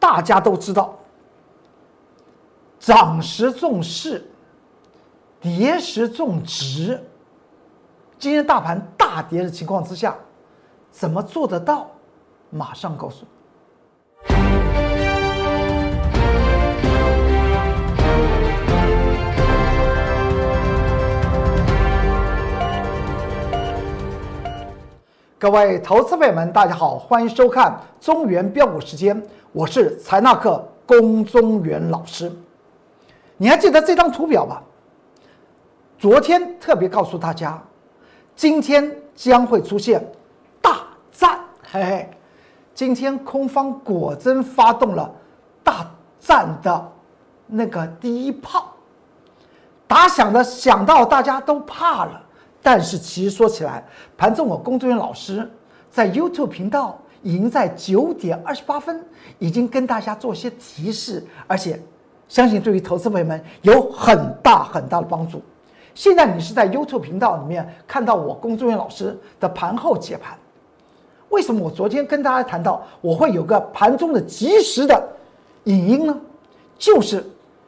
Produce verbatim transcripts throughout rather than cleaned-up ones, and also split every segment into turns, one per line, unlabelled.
大家都知道，涨时重势，跌时重值。今天大盘大跌的情况之下，怎么做得到？马上告诉你。各位投资朋友们，大家好，欢迎收看中原标股时间，我是财纳课龚中原老师。你还记得这张图表吧？昨天特别告诉大家，今天将会出现大战，嘿嘿，今天空方果真发动了大战的那个第一炮，打响的响到大家都怕了。但是其实说起来，盘中我龚中原老师在 YouTube 频道已经在九点二十八分已经跟大家做一些提示，而且相信对于投资朋友们有很大很大的帮助。现在你是在 YouTube 频道里面看到我龚中原老师的盘后解盘。为什么我昨天跟大家谈到我会有个盘中的即时的影音呢？就是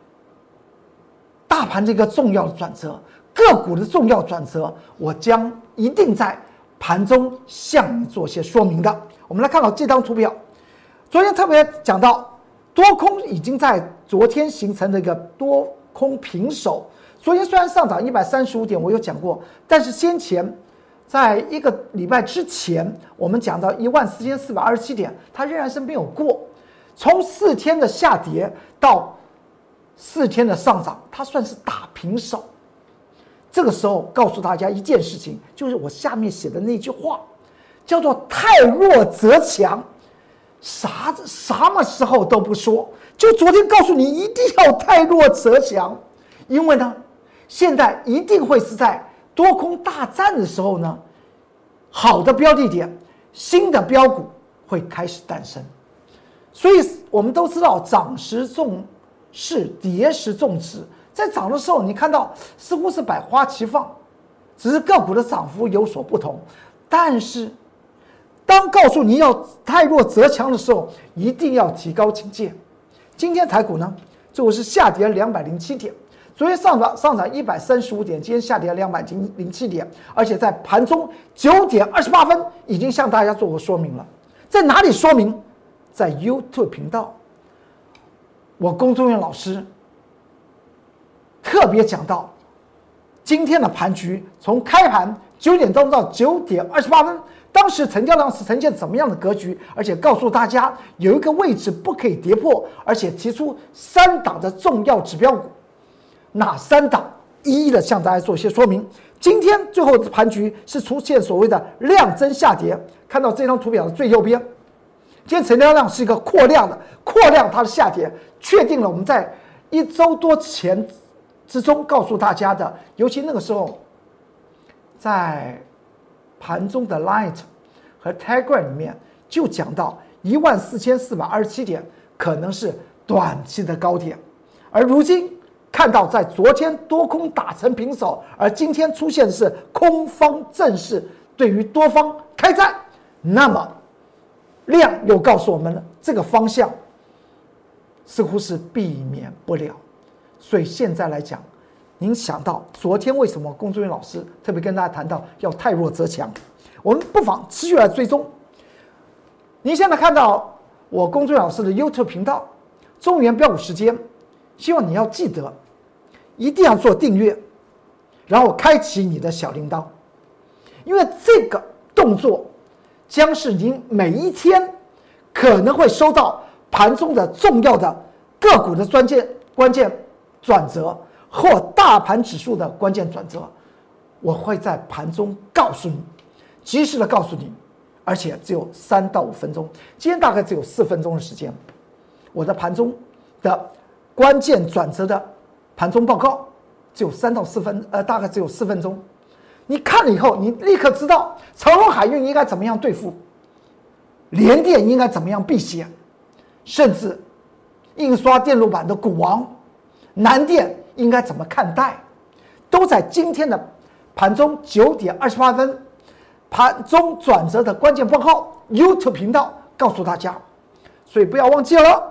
大盘这个重要的转折，个股的重要转折，我将一定在盘中向你做些说明的。我们来看到这张图表，昨天特别讲到多空已经在昨天形成了一个多空平手。昨天虽然上涨一百三十五点，我有讲过，但是先前在一个礼拜之前，我们讲到一万四千四百二十七点，它仍然是没有过。从四天的下跌到四天的上涨，它算是打平手。这个时候告诉大家一件事情，就是我下面写的那句话，叫做太弱则强，啥什么时候都不说，就昨天告诉你一定要太弱则强，因为呢，现在一定会是在多空大战的时候呢，好的标的点，新的标股会开始诞生。所以我们都知道，涨时重势，跌时重值。在涨的时候，你看到似乎是百花齐放，只是个股的涨幅有所不同。但是，当告诉你要太弱则强的时候，一定要提高警戒。今天台股呢，最后是下跌两百零七点，昨天上涨上涨一百三十五点，今天下跌两百零七点，而且在盘中九点二十八分已经向大家做过说明了。在哪里说明？在 YouTube 频道，我龚中原老师特别讲到今天的盘局，从开盘九点钟到九点二十八分，当时成交量是呈现怎么样的格局，而且告诉大家有一个位置不可以跌破，而且提出三档的重要指标股，哪三档一一的向大家做一些说明。今天最后的盘局是出现所谓的量增下跌，看到这张图表的最右边，今天成交量是一个扩量的，扩量它的下跌，确定了我们在一周多前之中告诉大家的，尤其那个时候在盘中的 Light 和 Telegram 里面就讲到一万四千四百二十七点可能是短期的高点，而如今看到在昨天多空打成平手，而今天出现的是空方正式对于多方开战，那么量又告诉我们了这个方向似乎是避免不了。所以现在来讲，您想到昨天为什么龚中原老师特别跟大家谈到要太弱则强，我们不妨持续来追踪。您现在看到我龚中原老师的 YouTube 频道中原标股时间，希望你要记得一定要做订阅，然后开启你的小铃铛，因为这个动作将是您每一天可能会收到盘中的重要的个股的关键关键转折，或大盘指数的关键转折，我会在盘中告诉你，及时的告诉你，而且只有三到五分钟，今天大概只有四分钟的时间，我的盘中的关键转折的盘中报告只有三到四分，呃，大概只有四分钟。你看了以后，你立刻知道长荣海运应该怎么样对付，联电应该怎么样避险，甚至印刷电路板的股王南电应该怎么看待，都在今天的盘中九点二十八分盘中转折的关键报告 YouTube 频道告诉大家。所以不要忘记了，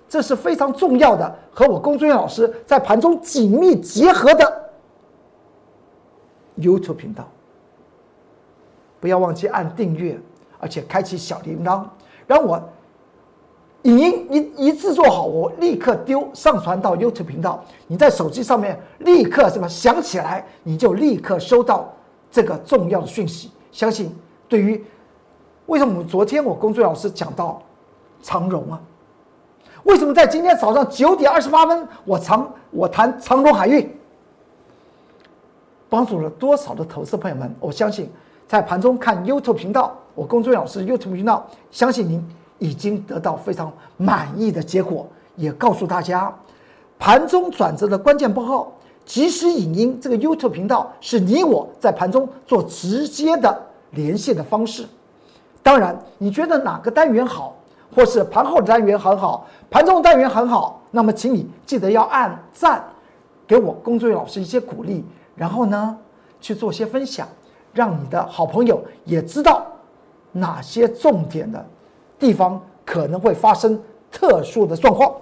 这是非常重要的，和我龚俊老师在盘中紧密结合的 YouTube 频道。不要忘记按订阅，而且开启小铃铛，让我影音一一制作好，我立刻丢上传到 YouTube 频道。你在手机上面立刻什么想起来，你就立刻收到这个重要的讯息。相信对于为什么昨天我龚俊老师讲到长荣啊？为什么在今天早上九点二十八分我长我谈长荣海运，帮助了多少的投资朋友们？我相信在盘中看 YouTube 频道，我龚俊老师 YouTube 频道，相信您已经得到非常满意的结果。也告诉大家，盘中转折的关键报告即时影音这个 YouTube 频道是你我在盘中做直接的连线的方式。当然，你觉得哪个单元好，或是盘后的单元很好，盘中的单元很好，那么请你记得要按赞，给我龚俊老师一些鼓励，然后呢去做些分享，让你的好朋友也知道哪些重点的地方可能会发生特殊的状况。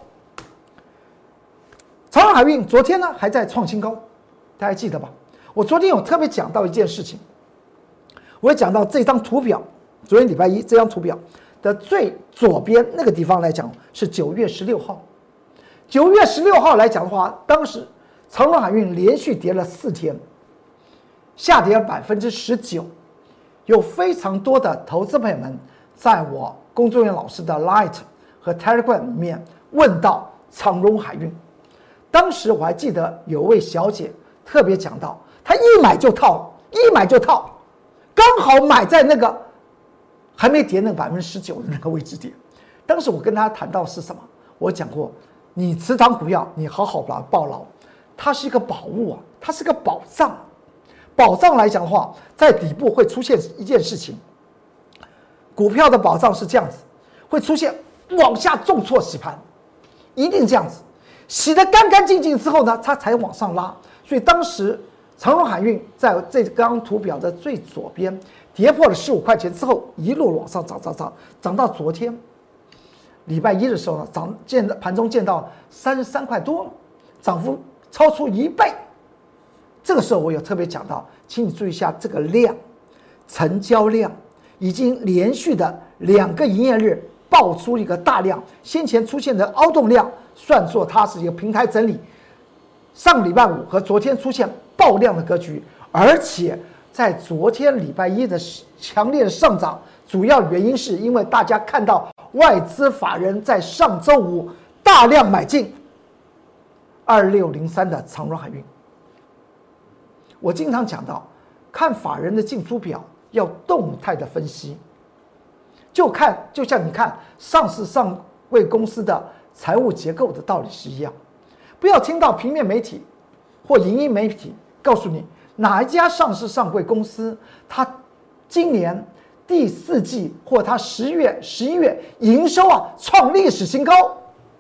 长荣海运昨天呢还在创新高，大家记得吧？我昨天有特别讲到一件事情，我也讲到这张图表，昨天礼拜一这张图表的最左边那个地方来讲是九月十六号。九月十六号来讲的话，当时长荣海运连续跌了四天，下跌了百分之十九，有非常多的投资朋友们在我龚俊老师的 Light 和 Telegram 里面问到长荣海运。当时我还记得有位小姐特别讲到，她一买就套，一买就套，刚好买在那个还没跌那个百分之十九的那个位置点。当时我跟她谈到是什么？我讲过，你持仓股票，你好好把它抱牢，它是一个宝物啊，它是个宝藏。宝藏来讲的话，在底部会出现一件事情，股票的宝藏是这样子，会出现往下重挫洗盘，一定这样子。洗得干干净净之后呢，它才往上拉。所以当时长荣海运在这张图表的最左边跌破了十五块钱之后，一路往上涨涨涨，涨到昨天礼拜一的时候呢，涨见盘中见到三十三块多，涨幅超出一倍。这个时候我有特别讲到，请你注意一下这个量，成交量已经连续的两个营业日爆出一个大量，先前出现的凹洞量算作它是一个平台整理，上个礼拜五和昨天出现爆量的格局，而且在昨天礼拜一的强烈的上涨，主要原因是因为大家看到外资法人在上周五大量买进二六零三的长荣海运。我经常讲到，看法人的进出表要动态的分析，就看就像你看上市上柜公司的财务结构的道理是一样。不要听到平面媒体或影音媒体告诉你哪一家上市上柜公司它今年第四季或它十月、十一月营收啊创历史新高，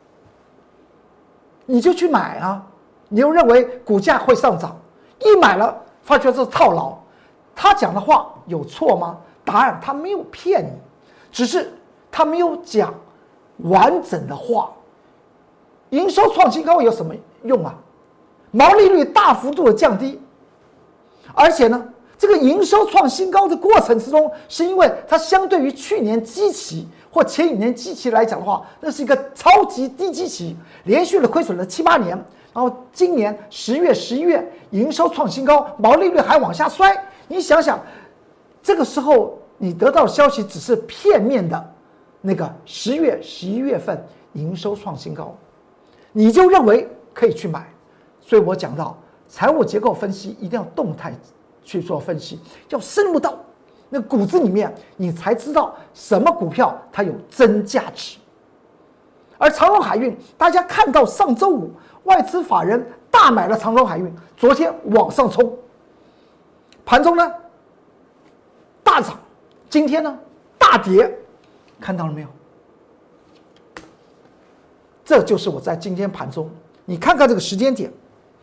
你就去买啊，你又认为股价会上涨，一买了发觉这是套牢。他讲的话有错吗？答案他没有骗你，只是他没有讲完整的话。营收创新高有什么用啊？毛利率大幅度的降低，而且呢，这个营收创新高的过程之中，是因为它相对于去年基期或前几年基期来讲的话，那是一个超级低基期，连续的亏损了七八年，然后今年十月、十一月营收创新高，毛利率还往下摔。你想想，这个时候你得到的消息只是片面的，那个十月、十一月份营收创新高，你就认为可以去买。所以我讲到财务结构分析一定要动态去做分析，要深入到那骨子里面，你才知道什么股票它有真价值。而长荣海运，大家看到上周五外资法人大买了长荣海运，昨天往上冲，盘中呢大涨，今天呢大跌，看到了没有？这就是我在今天盘中，你看看这个时间点，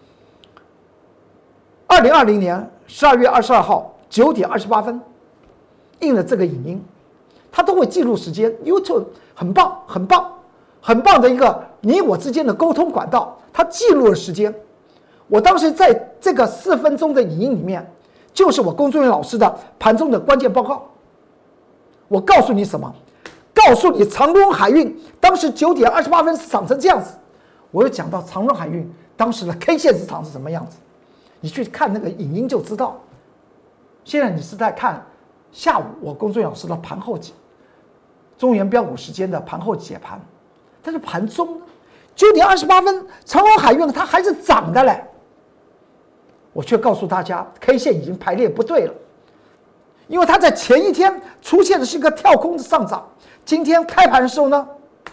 二零二零年十二月二十二号九点二十八分，印了这个影音，它都会记录时间 ，YouTube 很棒很棒。 很棒的一个你我之间的沟通管道，它记录了时间。我当时在这个四分钟的影音里面，就是我工作人员老师的盘中的关键报告。我告诉你什么？告诉你长荣海运当时九点二十八分是长成这样子。我有讲到长荣海运当时的 K 线市场是什么样子，你去看那个影音就知道。现在你是在看下午我工作人员老师的盘后解，中原标股时间的盘后解盘，但是盘中呢，九点二十八分，长荣海运它还是涨的嘞。我却告诉大家 ，K 线已经排列不对了，因为它在前一天出现的是一个跳空的上涨，今天开盘的时候呢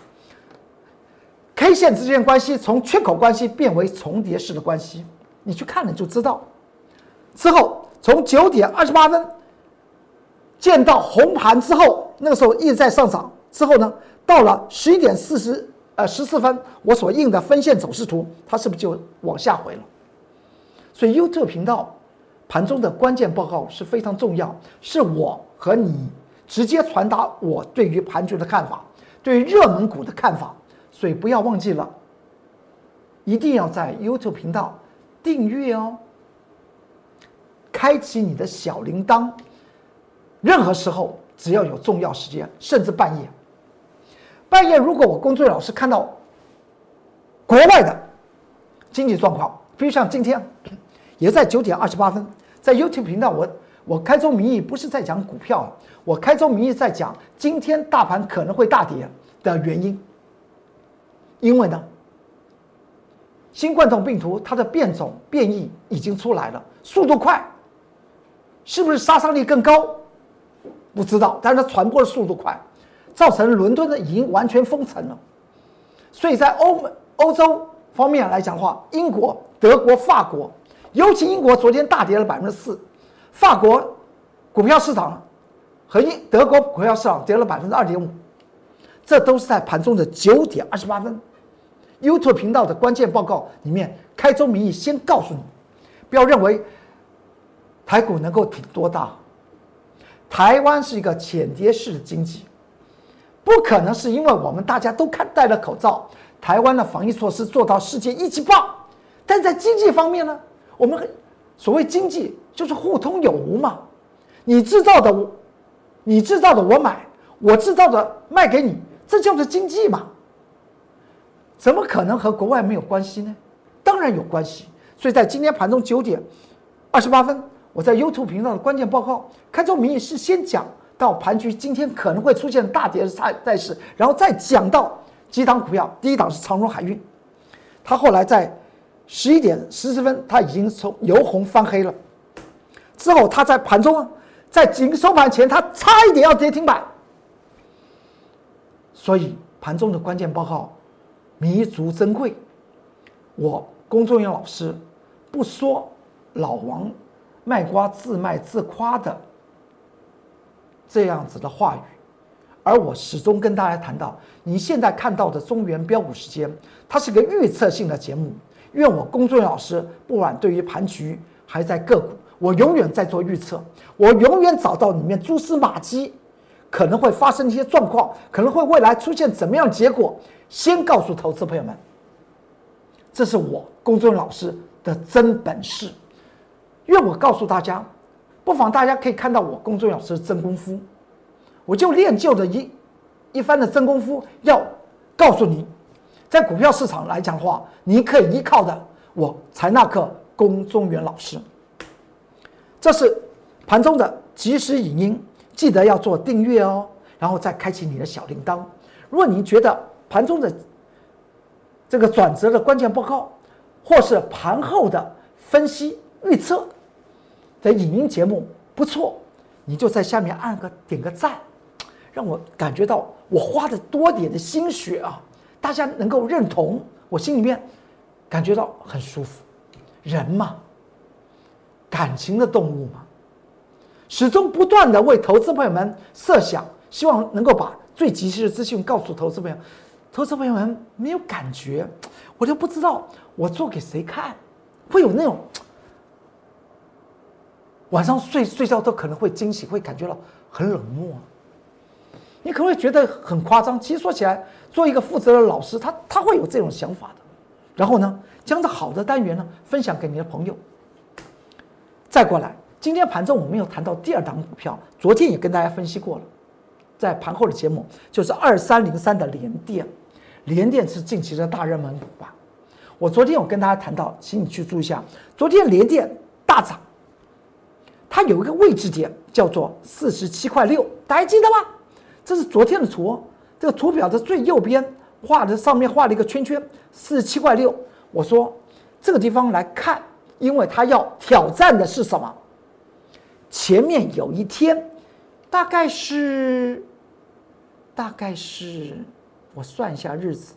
，K 线之间的关系从缺口关系变为重叠式的关系，你去看了就知道。之后从九点二十八分见到红盘之后，那个时候一直在上涨，之后呢，到了十一点四十呃十四分，我所印的分线走势图，它是不是就往下回了？所以 YouTube 频道盘中的关键报告是非常重要，是我和你直接传达我对于盘局的看法，对于热门股的看法。所以不要忘记了，一定要在 YouTube 频道订阅哦，开启你的小铃铛。任何时候只要有重要时间，甚至半夜，半夜如果我工作人员老师看到国外的经济状况，比如像今天。也在九点二十八分，在 YouTube 频道我，我开宗明义不是在讲股票，我开宗明义在讲今天大盘可能会大跌的原因。因为呢，新冠状病毒它的变种变异已经出来了，速度快，是不是杀伤力更高？不知道，但是它传播的速度快，造成伦敦呢已经完全封城了。所以在欧美、欧洲方面来讲的话，英国、德国、法国。尤其英国昨天大跌了百分之四，法国股票市场和英德国股票市场跌了百分之二点五，这都是在盘中的九点二十八分。YouTube 频道的关键报告里面开宗明义先告诉你，不要认为台股能够挺多大，台湾是一个浅跌式的经济，不可能是因为我们大家都看戴了口罩，台湾的防疫措施做到世界一级棒，但在经济方面呢？我们所谓经济就是互通有无嘛，你制造的我，你制造的我买，我制造的卖给你，这就是经济嘛。怎么可能和国外没有关系呢？当然有关系。所以在今天盘中九点二十八分，我在 YouTube 频道的关键报告，开宗明义是先讲到盘局今天可能会出现大跌的态势，然后再讲到几档股票，第一档是长荣海运，它后来在十一点十四分，它已经从由红翻黑了。之后，它在盘中，在紧收盘前，它差一点要跌停板。所以，盘中的关键报告弥足珍贵。我工作人员老师不说老王卖瓜自卖自夸的这样子的话语，而我始终跟大家谈到，你现在看到的中原标股时间，它是个预测性的节目。愿我工作人员老师不管对于盘局还在个股，我永远在做预测，我永远找到里面蛛丝马迹，可能会发生一些状况，可能会未来出现怎么样的结果，先告诉投资朋友们，这是我工作人员老师的真本事。愿我告诉大家，不妨大家可以看到我工作人员老师的真功夫，我就练就的一一番的真功夫，要告诉你。在股票市场来讲的话，你可以依靠的我财纳克龚中原老师。这是盘中的即时影音，记得要做订阅哦，然后再开启你的小铃铛。如果你觉得盘中的这个转折的关键报告，或是盘后的分析预测的影音节目不错，你就在下面按个点个赞，让我感觉到我花的多点的心血啊。大家能够认同，我心里面感觉到很舒服。人嘛，感情的动物嘛，始终不断的为投资朋友们设想，希望能够把最及时的资讯告诉投资朋友。投资朋友们没有感觉，我就不知道我做给谁看，会有那种晚上睡睡觉都可能会惊喜，会感觉到很冷漠。 你可能会觉得很夸张，其实说起来，做一个负责的老师，他他会有这种想法的。然后呢，将这好的单元呢分享给你的朋友。再过来，今天盘中我们又谈到第二档股票，昨天也跟大家分析过了，在盘后的节目就是二三零三的联电，联电是近期的大热门股吧？我昨天有跟大家谈到，请你去注意一下，昨天联电大涨，它有一个位置点叫做四十七块六，大家记得吗？这是昨天的图哦，这个图表的最右边画的上面画了一个圈圈，四十七块六。我说这个地方来看，因为它要挑战的是什么？前面有一天，大概是，大概是，我算一下日子，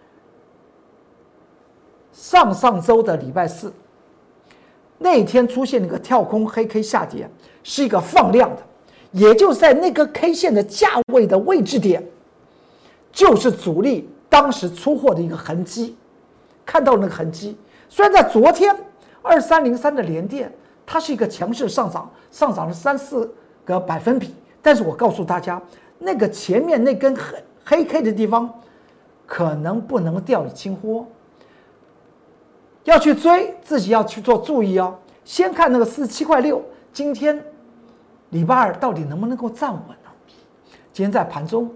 上上周的礼拜四，那一天出现一个跳空黑 K 下跌，是一个放量的。也就是在那个 K 线的价位的位置点，就是主力当时出货的一个痕迹，看到那个痕迹。虽然在昨天二三零三的联电，它是一个强势上涨，上涨了三四个百分比，但是我告诉大家，那个前面那根黑黑 K 的地方，可能不能掉以轻忽，要去追自己要去做注意哦。先看那个四十七块六，今天。礼拜二到底能不能够站稳呢？今天在盘中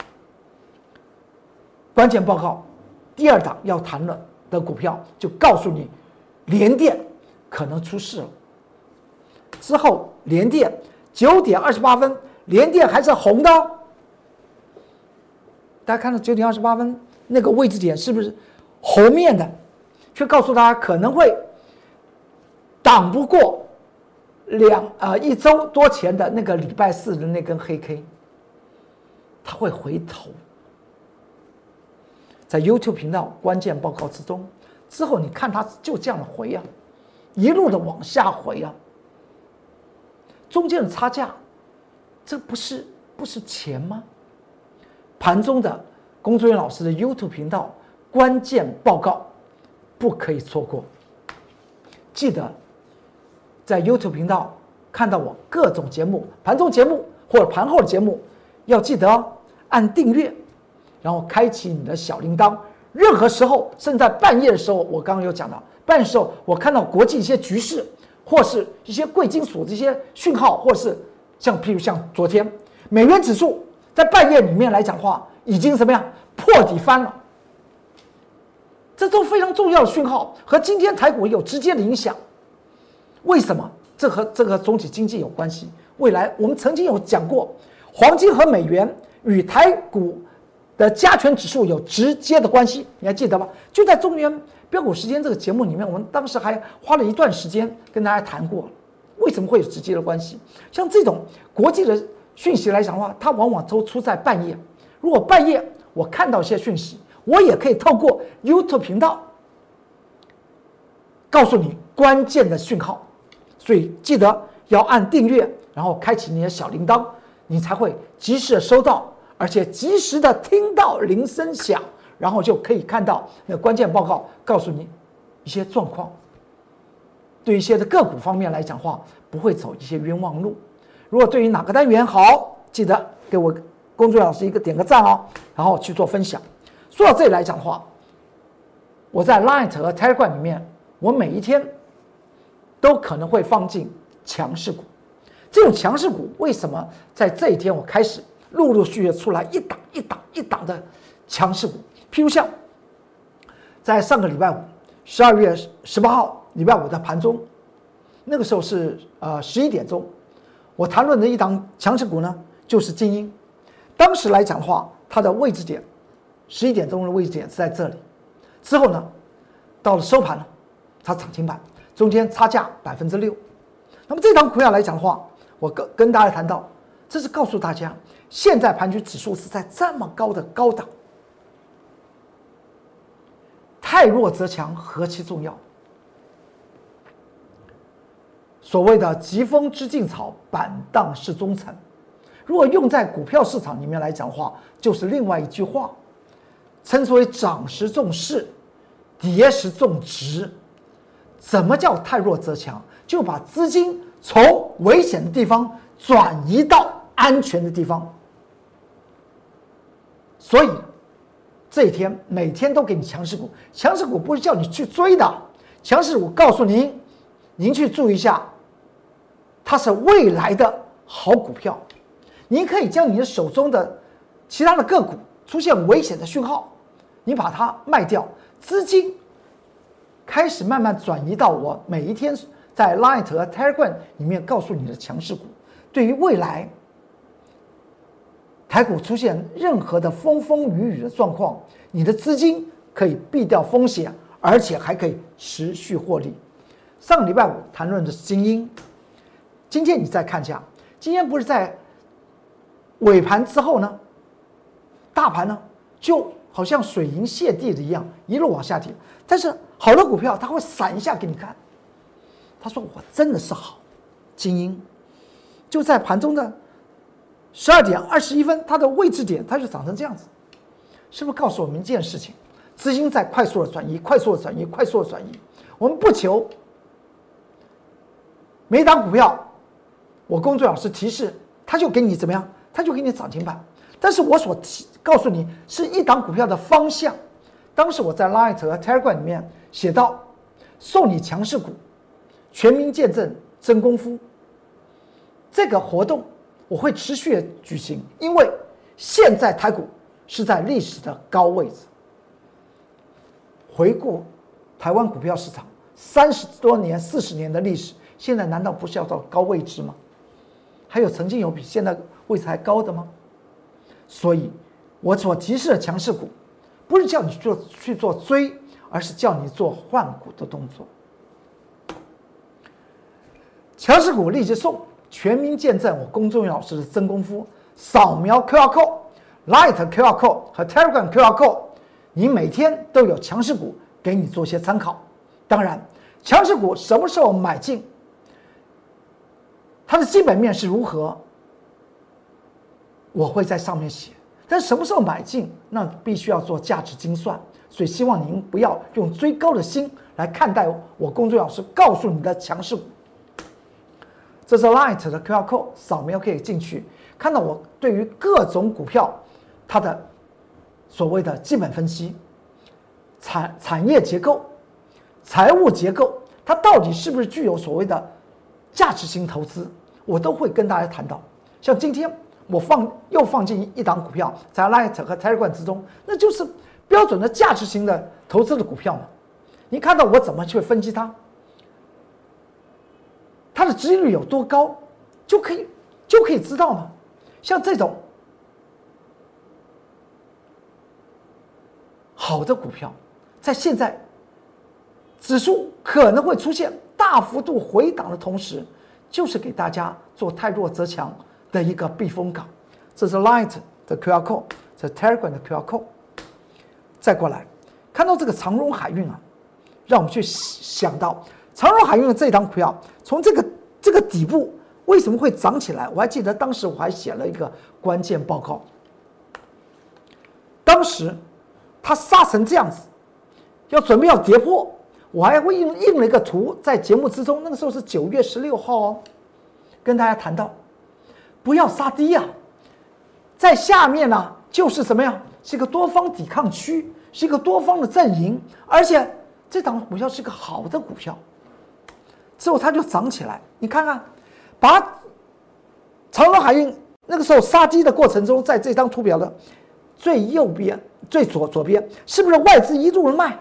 关键报告第二档要谈了的股票，就告诉你联电可能出事了。之后联电九点二十八分，联电还是红的哦。大家看到九点二十八分那个位置点是不是红面的？却告诉大家可能会挡不过。两呃一周多前的那个礼拜四的那根黑 K， 它会回头，在 YouTube 频道关键报告之中，之后你看它就这样回啊，一路的往下回啊，中间的差价，这不是不是钱吗？盘中的龚志远老师的 YouTube 频道关键报告不可以错过，记得。在 YouTube 频道看到我各种节目，盘中节目或者盘后的节目，要记得哦，按订阅，然后开启你的小铃铛。任何时候，甚至在半夜的时候，我刚刚有讲到，半夜的时候我看到国际一些局势，或是一些贵金属这些讯号，或是像譬如像昨天美元指数在半夜里面来讲话，已经怎么样破底翻了，这都非常重要的讯号，和今天台股有直接的影响。为什么？这和这和总体经济有关系。未来我们曾经有讲过，黄金和美元与台股的加权指数有直接的关系，你还记得吧？就在中原标股时间这个节目里面，我们当时还花了一段时间跟大家谈过，为什么会有直接的关系？像这种国际的讯息来讲的话，它往往都出在半夜。如果半夜我看到一些讯息，我也可以透过 YouTube 频道告诉你关键的讯号。所以记得要按订阅，然后开启你的小铃铛，你才会及时的收到，而且及时的听到铃声响，然后就可以看到那关键报告，告诉你一些状况。对一些的个股方面来讲话，不会走一些冤枉路。如果对于哪个单元好，记得给我工作老师一个点个赞哦，然后去做分享。说到这里来讲的话，我在 Line 和 Telegram 里面，我每一天都可能会放进强势股。这种强势股为什么在这一天我开始陆陆续续出来一档一档一档的强势股？譬如像在上个礼拜五，十二月十八号礼拜五的盘中，那个时候是呃十一点钟，我谈论的一档强势股呢，就是精英。当时来讲的话，它的位置点，十一点钟的位置点是在这里。之后呢，到了收盘了，它涨停板。中间差价百分之六，那么这档股票来讲的话，我跟跟大家谈到，这是告诉大家，现在盘局指数是在这么高的高档，太弱则强，何其重要。所谓的疾风知劲草，板荡识忠臣，如果用在股票市场里面来讲的话，就是另外一句话，称之为涨时重势，跌时重值。怎么叫太弱则强？就把资金从危险的地方转移到安全的地方。 所以这一天每天都给你强势股，强势股不是叫你去追的，强势股告诉您，您去注意一下，它是未来的好股票，您可以将你的手中的其他的个股出现危险的讯号，你把它卖掉，资金开始慢慢转移到我每一天在 Line 和 Telegram 里面告诉你的强势股。对于未来台股出现任何的风风雨雨的状况，你的资金可以避掉风险，而且还可以持续获利。上个礼拜五谈论的是精英，今天你再看一下，今天不是在尾盘之后呢，大盘呢就好像水银泻地的一样，一路往下跌。但是好的股票它会闪一下给你看，他说我真的是好，精英就在盘中的十二点二十一分，它的位置点它就长成这样子，是不是告诉我们一件事情？资金在快速的转移，快速的转移，快速的转移。我们不求每一档股票，我工作老师提示，他就给你怎么样？他就给你涨停板。但是我所提告诉你是一档股票的方向。当时我在 Line 和 Telegram 里面写到，送你强势股，全民见证真功夫。这个活动我会持续的举行，因为现在台股是在历史的高位置。回顾台湾股票市场三十多年、四十年的历史，现在难道不是要到高位置吗？还有曾经有比现在位置还高的吗？所以，我所提示的强势股，不是叫你做去做追，而是叫你做换股的动作。强势股立即送，全民见证我龚仲远老师的真功夫。扫描 Q R code、Light Q R code 和 Telegram Q R code， 你每天都有强势股给你做些参考。当然，强势股什么时候买进，它的基本面是如何，我会在上面写。但是什么时候买进，那必须要做价值精算。所以希望您不要用追高的心来看待我龚仲远老师告诉你的强势股。这是 Light 的 Q R code， 扫描可以进去看到我对于各种股票它的所谓的基本分析、产产业结构、财务结构，它到底是不是具有所谓的价值型投资，我都会跟大家谈到。像今天我放又放进一档股票在 Light 和 Telegram 之中，那就是标准的价值型的投资的股票嘛。你看到我怎么去分析它，它的殖利率有多高，就可以就可以知道嘛。像这种好的股票，在现在指数可能会出现大幅度回档的同时，就是给大家做太弱则强的一个避风港。这是 Light 的 Q R code， 这是 Telegram 的 Q R code。再过来看到这个长荣海运啊，让我们去想到长荣海运的这一档股票，从这个这个底部为什么会涨起来？我还记得当时我还写了一个关键报告，当时它杀成这样子，要准备要跌破，我还会印印了一个图在节目之中，那个时候是九月十六号哦，跟大家谈到不要杀低呀、啊，在下面呢、啊、就是什么呀？是一个多方抵抗区，是一个多方的阵营，而且这档股票是个好的股票，之后它就涨起来。你看看，把长荣海运那个时候杀低的过程中，在这张图表的最右边、最左左边，是不是外资一路的卖？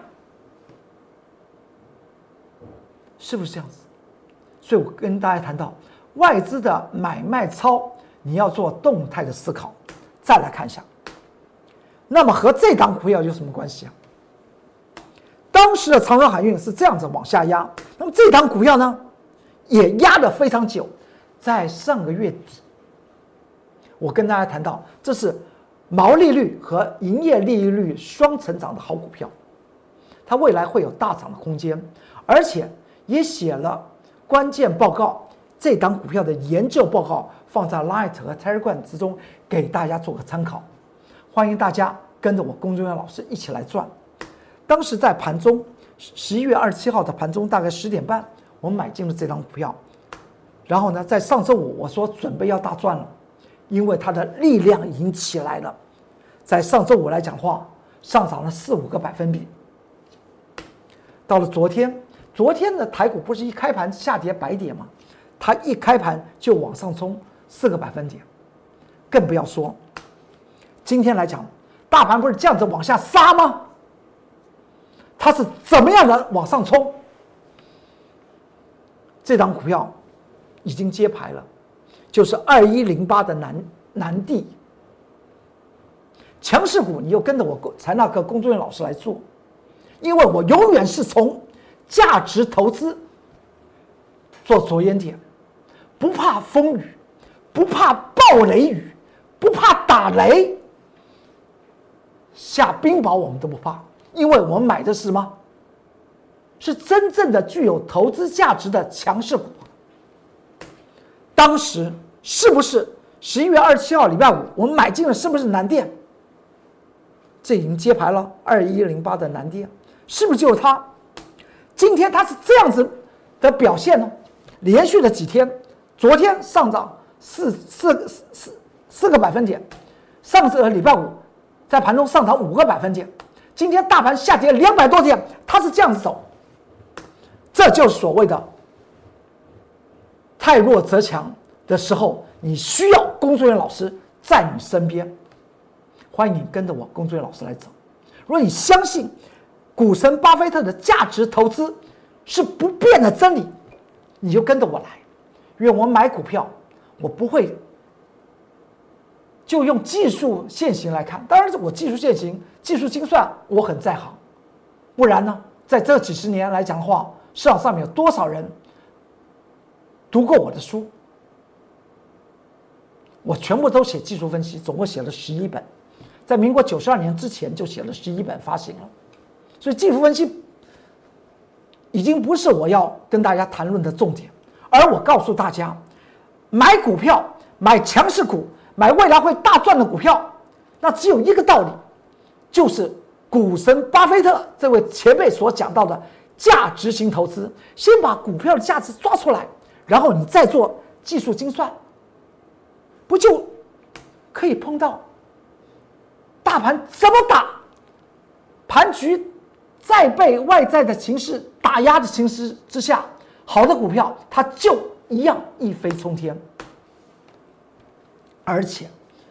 是不是这样子？所以我跟大家谈到外资的买卖超，你要做动态的思考。再来看一下，那么和这档股票有什么关系啊？当时的长荣海运是这样子往下压，那么这档股票呢，也压得非常久。在上个月底，我跟大家谈到，这是毛利率和营业利率双成长的好股票，它未来会有大涨的空间，而且也写了关键报告，这档股票的研究报告放在 Light 和 Telegram 之中，给大家做个参考。欢迎大家跟着我龚仲远老师一起来赚。当时在盘中，十一月二十七号的盘中大概十点半，我们买进了这档股票。然后呢，在上周五我说准备要大赚了，因为它的力量已经起来了。 在上周五来讲话，上涨了四五个百分比。到了昨天，昨天的台股不是一开盘下跌百点吗？它一开盘就往上冲四个百分点，更不要说今天来讲，大盘不是这样子往下杀吗？它是怎么样的往上冲？这张股票已经揭牌了，就是二一零八的南南地强势股，你又跟着我财纳克工作人员老师来做，因为我永远是从价值投资做着眼点，不怕风雨，不怕暴雷雨，不怕打雷，下冰雹我们都不怕，因为我们买的是什么？是真正的具有投资价值的强势股。当时是不是十一月二十七号礼拜五我们买进了？是不是南电？这已经揭牌了，二一零八的南电是不是就是它？今天它是这样子的表现呢？连续的几天，昨天上涨四四四四个百分点，上个礼拜五在盘中上涨五个百分点，今天大盘下跌两百多点，它是这样子走，这就是所谓的太弱则强的时候，你需要工作人员老师在你身边。欢迎你跟着我工作人员老师来走。如果你相信股神巴菲特的价值投资是不变的真理，你就跟着我来。因为我买股票，我不会就用技术线型来看，当然我技术线型、技术精算我很在行，不然呢，在这几十年来讲的话，市场上面有多少人读过我的书？我全部都写技术分析，总共写了十一本，在民国九十二年之前就写了十一本发行了，所以技术分析已经不是我要跟大家谈论的重点，而我告诉大家，买股票、买强势股、买未来会大赚的股票，那只有一个道理，就是股神巴菲特这位前辈所讲到的价值型投资。先把股票的价值抓出来，然后你再做技术精算，不就可以碰到大盘怎么打，盘局再被外在的情势打压的情势之下，好的股票它就一样一飞冲天。而且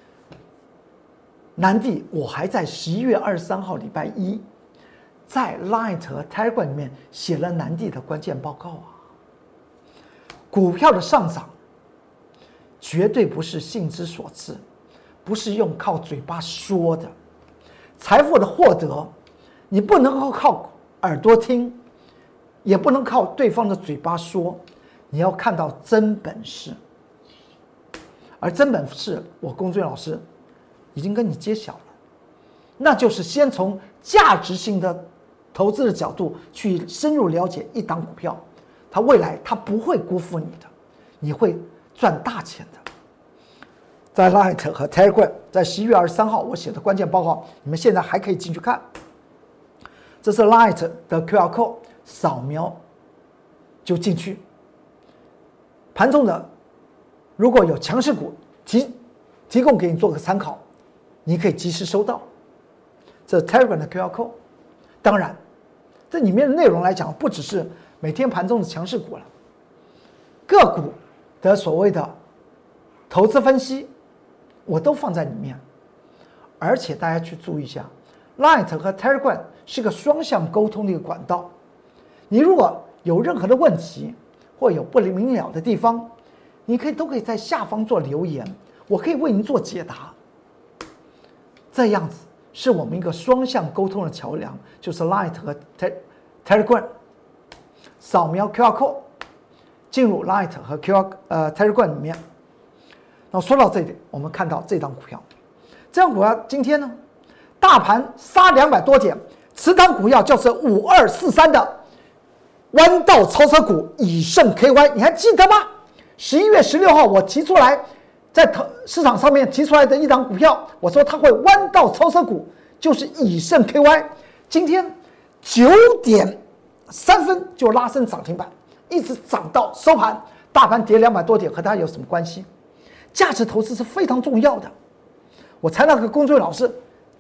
南地我还在十一月二十三号礼拜一在 Line 和 Telegram 里面写了南地的关键报告啊。股票的上涨绝对不是兴之所至，不是用靠嘴巴说的。财富的获得，你不能够靠耳朵听，也不能靠对方的嘴巴说，你要看到真本事。而真本事，我工作人员老师已经跟你揭晓了，那就是先从价值性的投资的角度去深入了解一档股票，它未来它不会辜负你的，你会赚大钱的。在 Light 和 Telegram 在十一月二十三号我写的关键报告，你们现在还可以进去看。这是 Light 的 Q R code， 扫描就进去。盘中的如果有强势股提提供给你做个参考，你可以及时收到。这 Telegram 的 Q R code， 当然这里面的内容来讲，不只是每天盘中的强势股了，个股的所谓的投资分析我都放在里面。而且大家去注意一下， Line 和 Telegram 是个双向沟通的一个管道，你如果有任何的问题或有不明了的地方，你可以都可以在下方做留言，我可以为您做解答。这样子是我们一个双向沟通的桥梁，就是 Line 和 Telegram。扫描 Q R code 进入 Line 和 Q R 呃 Telegram 里面。那说到这里，我们看到这张股票，这张股票今天呢，大盘杀两百多点，此档股票就是五二四三的弯道超车股以盛 K Y， 你还记得吗？十一月十六号我提出来，在市场上面提出来的一档股票，我说它会弯道超车股，就是以盛 K Y。今天九点三分就拉升涨停板，一直涨到收盘，大盘跌两百多点，和它有什么关系？价值投资是非常重要的。我才那个工作人员老师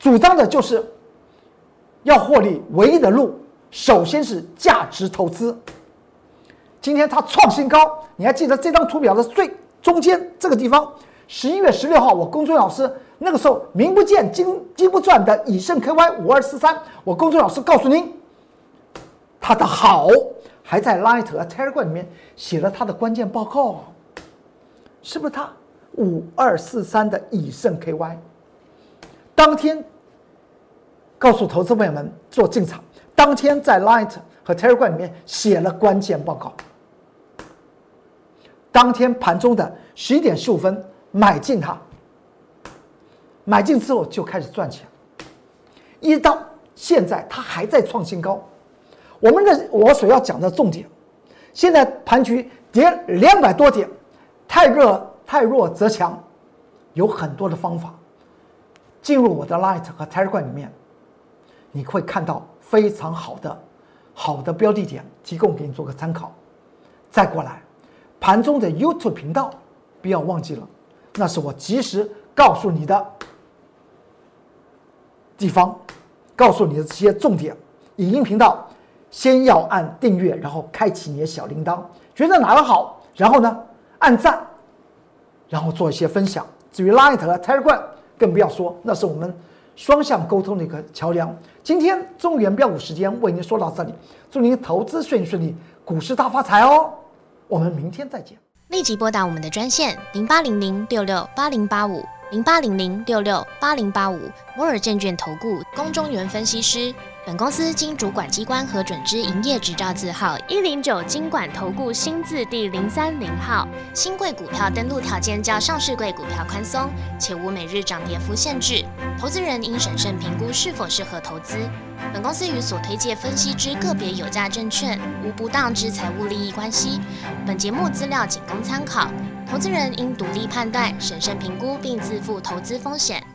主张的就是要获利，唯一的路首先是价值投资。今天它创新高，你还记得这张图表的最中间这个地方？十一月十六号，我公孙老师那个时候名不见经经不传的以盛 K Y 五二四三，我公孙老师告诉您，它的好还在 Light 和 Telegram 里面写了它的关键报告啊，是不是它五二四三的以盛 K Y？ 当天告诉投资朋友们做进场，当天在 Light 和 Telegram 里面写了关键报告。当天盘中的十一点十五分买进它，买进之后就开始赚钱，一直到现在它还在创新高。我们的我所要讲的重点，现在盘局跌两百多点，太热太弱则强，有很多的方法。进入我的 Light 和 Telegram 里面，你会看到非常好的好的标的点，提供给你做个参考。再过来，盘中的 YouTube 频道不要忘记了，那是我及时告诉你的地方，告诉你的这些重点。影音频道先要按订阅，然后开启你的小铃铛，觉得哪个好，然后呢按赞，然后做一些分享。至于 Light 和 Telegram 更不要说，那是我们双向沟通的一个桥梁。今天中原标股时间为您说到这里，祝您投资顺利顺利，股市大发财哦！我们明天再见。
立即拨打我们的专线零八零零六六八零八五零八零零六六八零八五摩尔证券投顾龚中原分析师。本公司经主管机关核准之营业执照字号一零九金管投顾新字第零三零号。新贵股票登录条件较上市贵股票宽松，且无每日涨跌幅限制。投资人应审慎评估是否适合投资。本公司与所推介分析之个别有价证券无不当之财务利益关系。本节目资料仅供参考，投资人应独立判断、审慎评估并自负投资风险。